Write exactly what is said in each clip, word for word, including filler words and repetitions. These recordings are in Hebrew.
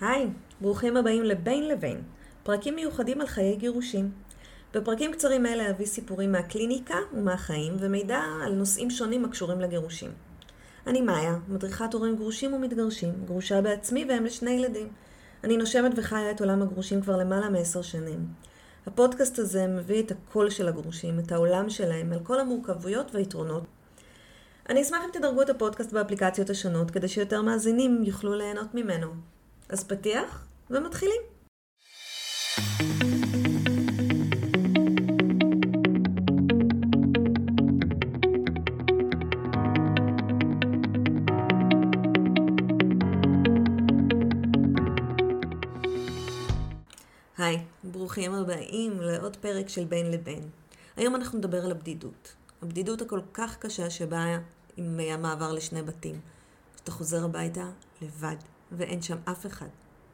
היי, ברוכים הבאים לבין לבין, פרקים מיוחדים על חיי גירושים. בפרקים קצרים אלה אביא סיפורים מהקליניקה ומהחיים ומידע על נושאים שונים הקשורים לגירושים. אני מאיה, מדריכת הורים גרושים ומתגרשים, גרושה בעצמי והם לשני ילדים. אני נושמת וחיה את עולם הגרושים כבר למעלה מעשר שנים. הפודקאסט הזה מביא את הקול של הגרושים, את העולם שלהם, על כל המורכבויות והיתרונות. אני אשמח אם תדרגו את הפודקאסט באפליקציות השונות, כדי שיותר מאזינים יוכלו ליהנות ממנו. אז פתיח ומתחילים. היי, ברוכים הבאים לעוד פרק של בין לבין. היום אנחנו נדבר על הבדידות. הבדידות הכל כך קשה שבאה עם המעבר לשני בתים. שאתה חוזר הביתה לבד, ואין שם אף אחד.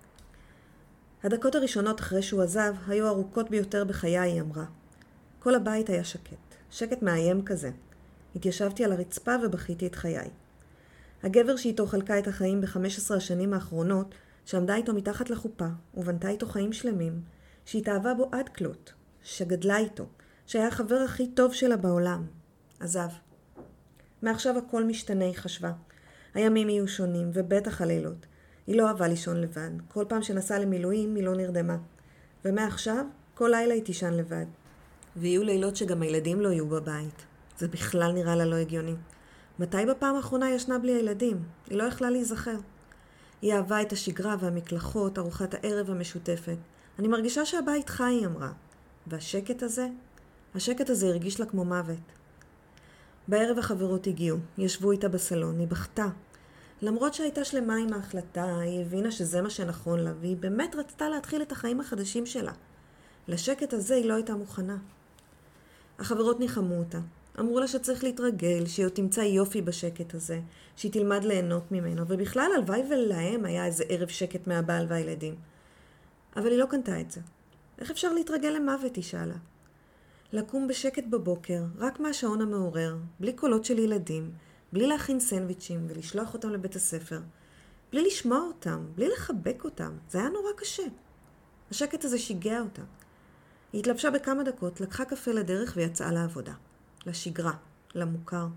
הדקות הראשונות אחרי שהוא עזב היו ארוכות ביותר בחיי, היא אמרה. כל הבית היה שקט, שקט מאיים כזה. התיישבתי על הרצפה ובכיתי את חיי. הגבר שאיתו חלקה את החיים ב-חמש עשרה השנים האחרונות, שעמדה איתו מתחת לחופה ובנתה איתו חיים שלמים, שהתאהבה בו עד כלות, שגדלה איתו, שהיה החבר הכי טוב שלה בעולם, עזב. מעכשיו הכל משתנה, היא חשבה. הימים יהיו שונים ובטח הלילות. היא לא אהבה לישון לבד. כל פעם שנסעה למילואים היא לא נרדמה. ומעכשיו כל לילה היא תישן לבד. ויהיו לילות שגם הילדים לא יהיו בבית. זה בכלל נראה לה לא הגיוני. מתי בפעם האחרונה ישנה בלי הילדים? היא לא יכלה להיזכר. היא אהבה את השגרה והמקלחות, ארוחת הערב המשותפת. אני מרגישה שהבית חי, היא אמרה. והשקט הזה? השקט הזה הרגיש לה כמו מוות. בערב החברות הגיעו, ישבו איתה בסלון, היא בכתה. למרות שהייתה שלמה עם ההחלטה, היא הבינה שזה מה שנכון לה, והיא באמת רצתה להתחיל את החיים החדשים שלה. לשקט הזה היא לא הייתה מוכנה. החברות ניחמו אותה. אמרו לה שצריך להתרגל, שהיא עוד תמצא יופי בשקט הזה, שהיא תלמד ליהנות ממנו, ובכלל הלוואי ולהם היה איזה ערב שקט מהבעל והילדים. אבל היא לא קנתה את זה. איך אפשר להתרגל למוות, היא שאלה. לקום בשקט בבוקר, רק מהשעון המעורר, בלי קולות של ילדים, בלי להכין סנדוויצ'ים ולשלוח אותם לבית הספר, בלי לשמוע אותם, בלי לחבק אותם, זה היה נורא קשה. השקט הזה שיגע אותה. היא התלבשה בכמה דקות, לקחה קפה לדרך ויצאה לעבודה, לשגרה, למוכר.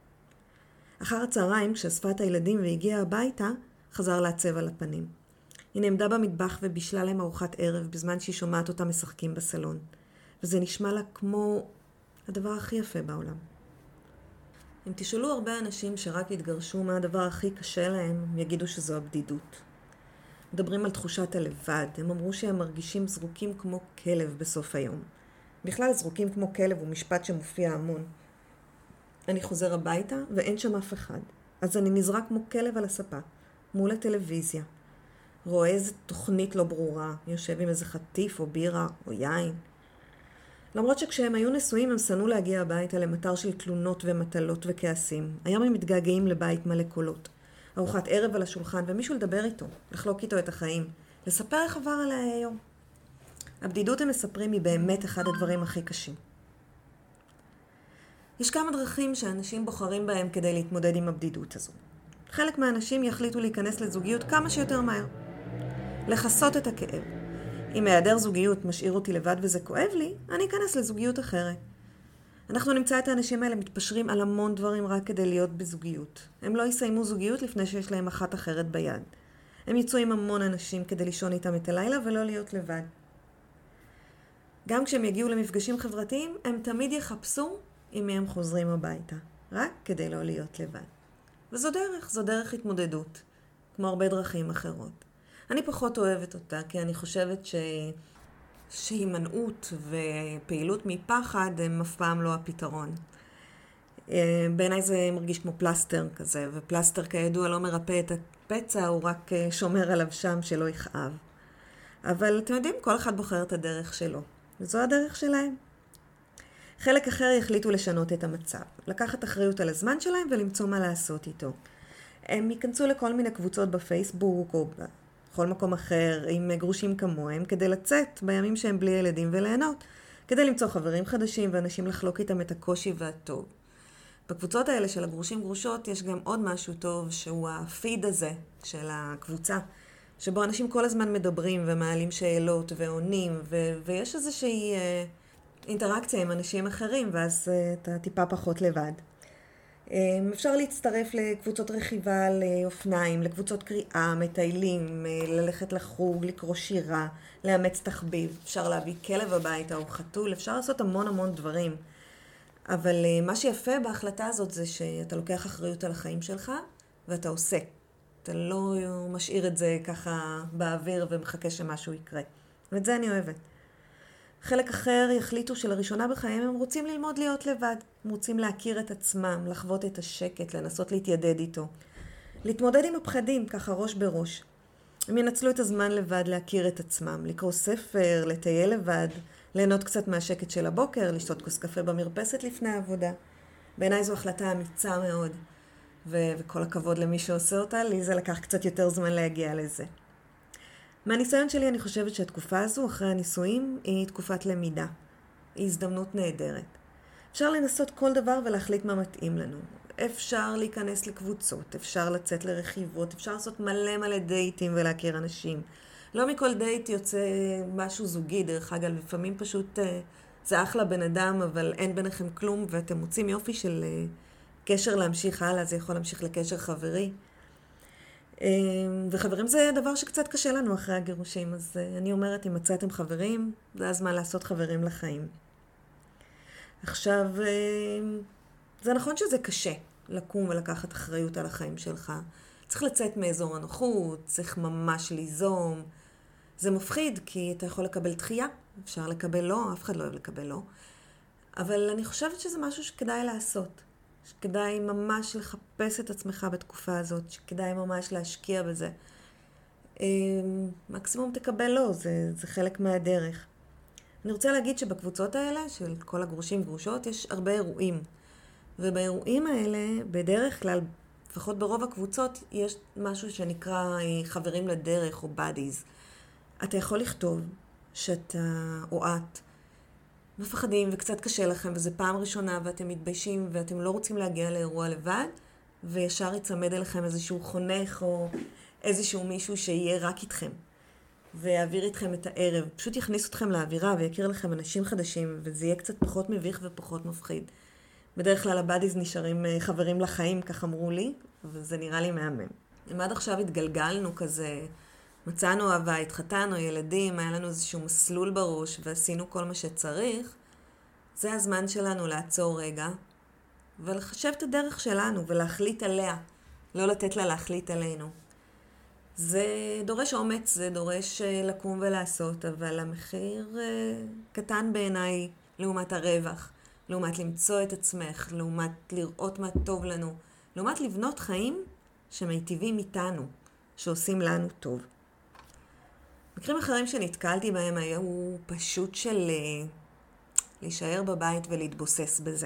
אחר הצהריים, כשאספה את הילדים והגיעה הביתה, חזר לעצב על הפנים. היא נעמדה במטבח ובישלה להם ארוחת ערב בזמן שהיא שומעת אותם משחקים בסלון. וזה נשמע לה כמו הדבר הכי יפה בעולם. אם תשאלו הרבה אנשים שרק התגרשו מה הדבר הכי קשה להם, הם יגידו שזו הבדידות. מדברים על תחושת הלבד, הם אמרו שהם מרגישים זרוקים כמו כלב בסוף היום. בכלל זרוקים כמו כלב הוא משפט שמופיע המון. אני חוזר הביתה ואין שם אף אחד, אז אני נזרק כמו כלב על הספה, מול הטלוויזיה. רואה איזה תוכנית לא ברורה, יושב עם איזה חטיף או בירה או יין. למרות שכשהם היו נשואים הם שנאו להגיע הביתה למטר של תלונות ומטלות וכעסים. היום הם מתגעגעים לבית מלא קולות. ארוחת ערב על השולחן ומישהו לדבר איתו, לחלוק איתו את החיים, לספר איך עבר עליה היום. הבדידות הם מספרים היא באמת אחד הדברים הכי קשים. יש כמה דרכים שאנשים בוחרים בהם כדי להתמודד עם הבדידות הזו. חלק מהאנשים יחליטו להיכנס לזוגיות כמה שיותר מהר. לחסות את הכאב. אם היעדר זוגיות משאיר אותי לבד וזה כואב לי, אני אכנס לזוגיות אחרת. אנחנו נמצא את האנשים האלה מתפשרים על המון דברים רק כדי להיות בזוגיות. הם לא יסיימו זוגיות לפני שיש להם אחת אחרת ביד. הם יצאו עם המון אנשים כדי לישון איתם את הלילה ולא להיות לבד. גם כשהם יגיעו למפגשים חברתיים, הם תמיד יחפשו עם מי הם חוזרים הביתה, רק כדי לא להיות לבד. וזו דרך, זו דרך התמודדות, כמו הרבה דרכים אחרות. אני פחות אוהבת אותה, כי אני חושבת ש... שהימנעות ופעילות מפחד הם אף פעם לא הפתרון. בעיניי זה מרגיש כמו פלסטר כזה, ופלסטר כידוע לא מרפא את הפצע, הוא רק שומר עליו שם שלא יכאב. אבל אתם יודעים, כל אחד בוחר את הדרך שלו, וזו הדרך שלהם. חלק אחר יחליטו לשנות את המצב, לקחת אחריות על הזמן שלהם ולמצוא מה לעשות איתו. הם ייכנסו לכל מיני קבוצות בפייסבוק או בכל מקום אחר עם גרושים כמוהם כדי לצאת בימים שהם בלי ילדים וליהנות, כדי למצוא חברים חדשים ואנשים לחלוק איתם את הקושי והטוב. בקבוצות האלה של הגרושים גרושות יש גם עוד משהו טוב שהוא הפיד הזה של הקבוצה, שבו אנשים כל הזמן מדברים ומעלים שאלות ועונים, ו- ויש איזושהי אה, אינטראקציה עם אנשים אחרים, ואז אה, אתה טיפה פחות לבד. אה, אפשר להצטרף לקבוצות רכיבה לאופניים, לקבוצות קריאה, מטיילים, אה, ללכת לחוג, לקרוא שירה, לאמץ תחביב. אפשר להביא כלב הביתה או חתול, אפשר לעשות המון המון דברים. אבל אה, מה שיפה בהחלטה הזאת זה שאתה לוקח אחריות על החיים שלך, ואתה עושה. אתה לא משאיר את זה ככה באוויר ומחכה שמשהו יקרה. ואת זה אני אוהבת. חלק אחר יחליטו שלראשונה בחיים הם רוצים ללמוד להיות לבד. הם רוצים להכיר את עצמם, לחוות את השקט, לנסות להתיידד איתו. להתמודד עם הפחדים, ככה ראש בראש. הם ינצלו את הזמן לבד להכיר את עצמם, לקרוא ספר, לטייל לבד, ליהנות קצת מהשקט של הבוקר, לשתות כוס קפה במרפסת לפני העבודה. בעיניי זו החלטה אמיצה מאוד. ו- וכל הכבוד למי שעושה אותה, לי זה לקח קצת יותר זמן להגיע לזה. מהניסיון שלי אני חושבת שהתקופה הזו, אחרי הניסויים, היא תקופת למידה. היא הזדמנות נהדרת. אפשר לנסות כל דבר ולהחליט מה מתאים לנו. אפשר להיכנס לקבוצות, אפשר לצאת לרכיבות, אפשר לעשות מלא מלא דייטים ולהכיר אנשים. לא מכל דייט יוצא משהו זוגי, דרך אגב, לפעמים פשוט זה אחלה בן אדם, אבל אין ביניכם כלום, ואתם מוצאים יופי של קשר להמשיך הלאה, זה יכול להמשיך לקשר חברי. וחברים זה דבר שקצת קשה לנו אחרי הגירושים, אז אני אומרת, אם מצאתם חברים, זה הזמן לעשות חברים לחיים. עכשיו, זה נכון שזה קשה לקום ולקחת אחריות על החיים שלך. צריך לצאת מאזור הנוחות, צריך ממש ליזום. זה מפחיד, כי אתה יכול לקבל דחייה, אפשר לקבל לא, אף אחד לא אוהב לקבל לא. אבל אני חושבת שזה משהו שכדאי לעשות. שכדאי ממש לחפש את עצמך בתקופה הזאת, שכדאי ממש להשקיע בזה. מקסימום תקבל לא, זה, זה חלק מהדרך. אני רוצה להגיד שבקבוצות האלה, של כל הגרושים גרושות, יש הרבה אירועים. ובאירועים האלה, בדרך כלל, לפחות ברוב הקבוצות, יש משהו שנקרא חברים לדרך או בדיז. אתה יכול לכתוב שאתה או את מפחדים וקצת קשה לכם, וזה פעם ראשונה ואתם מתביישים ואתם לא רוצים להגיע לאירוע לבד, וישר יצמד אליכם איזשהו חונך או איזשהו מישהו שיהיה רק איתכם, ויעביר איתכם את הערב. פשוט יכניס אתכם לאווירה ויכיר לכם אנשים חדשים, וזה יהיה קצת פחות מביך ופחות מפחיד. בדרך כלל הבאדיז נשארים חברים לחיים, כך אמרו לי, וזה נראה לי מהמם. אם עד עכשיו התגלגלנו כזה, מצאנו אהבה, התחתנו, ילדים, היה לנו איזשהו מסלול בראש ועשינו כל מה שצריך, זה הזמן שלנו לעצור רגע ולחשב את הדרך שלנו ולהחליט עליה, לא לתת לה להחליט עלינו. זה דורש אומץ, זה דורש לקום ולעשות, אבל המחיר קטן בעיניי לעומת הרווח, לעומת למצוא את עצמך, לעומת לראות מה טוב לנו, לעומת לבנות חיים שמיטיבים איתנו, שעושים לנו טוב. מקרים אחרים שנתקלתי בהם היו פשוט של להישאר בבית ולהתבוסס בזה.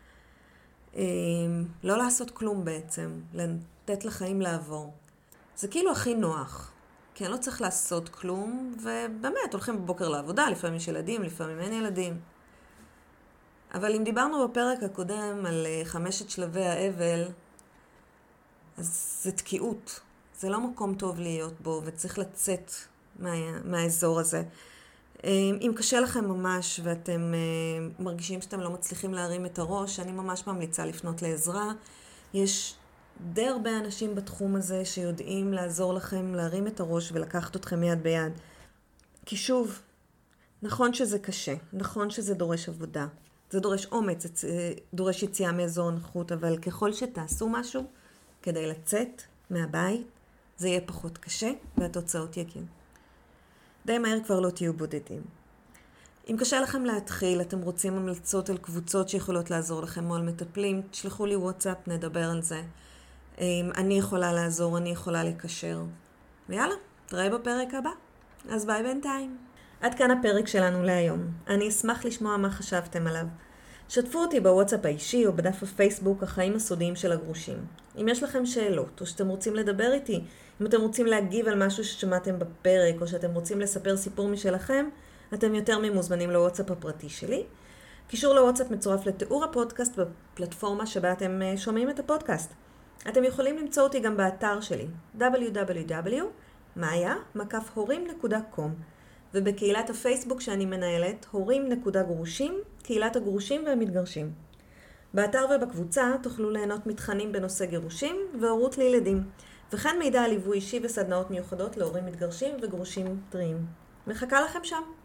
לא לעשות כלום בעצם, לתת לחיים לעבור. זה כאילו הכי נוח, כי אני לא צריך לעשות כלום, ובאמת הולכים בבוקר לעבודה, לפעמים יש ילדים, לפעמים אין ילדים. אבל אם דיברנו בפרק הקודם על חמשת שלבי האבל, אז זה תקיעות. זה לא מקום טוב להיות בו, וצריך לצאת מה, מהאזור הזה. אם קשה לכם ממש, ואתם מרגישים שאתם לא מצליחים להרים את הראש, אני ממש ממליצה לפנות לעזרה. יש די הרבה אנשים בתחום הזה שיודעים לעזור לכם להרים את הראש ולקחת אתכם יד ביד. כי שוב, נכון שזה קשה, נכון שזה דורש עבודה. זה דורש אומץ, זה דורש יציאה מאזור הנוחות, אבל ככל שתעשו משהו כדי לצאת מהבית, זה יהיה פחות קשה והתוצאות יגיעו. די מהר כבר לא תהיו בודדים. אם קשה לכם להתחיל, אתם רוצים המלצות על קבוצות שיכולות לעזור לכם או על מטפלים, תשלחו לי וואטסאפ, נדבר על זה. אני יכולה לעזור, אני יכולה לקשר. ויאללה, תראה בפרק הבא. אז ביי בינתיים. עד כאן הפרק שלנו להיום. אני אשמח לשמוע מה חשבתם עליו. שתפו אותי בוואטסאפ האישי או בדף הפייסבוק החיים הסודיים של הגרושים. אם יש לכם שאלות או שאתם רוצים לדבר איתי, אם אתם רוצים להגיב על משהו ששמעתם בפרק או שאתם רוצים לספר סיפור משלכם, אתם יותר ממוזמנים לוואטסאפ הפרטי שלי. קישור לוואטסאפ מצורף לתיאור הפודקאסט בפלטפורמה שבה אתם שומעים את הפודקאסט. אתם יכולים למצוא אותי גם באתר שלי, דאבליו דאבליו דאבליו מאיה, מקף הורים נקודה קום, ובקהילת הפייסבוק שאני מנהלת, הורים נקודה גרושים, קהילת הגרושים והמתגרשים. באתר ובקבוצה תוכלו ליהנות מתכנים בנושא גירושים והורות לילדים, וכן מידע על ליווי אישי וסדנאות מיוחדות להורים מתגרשים וגרושים טריים. מחכה לכם שם.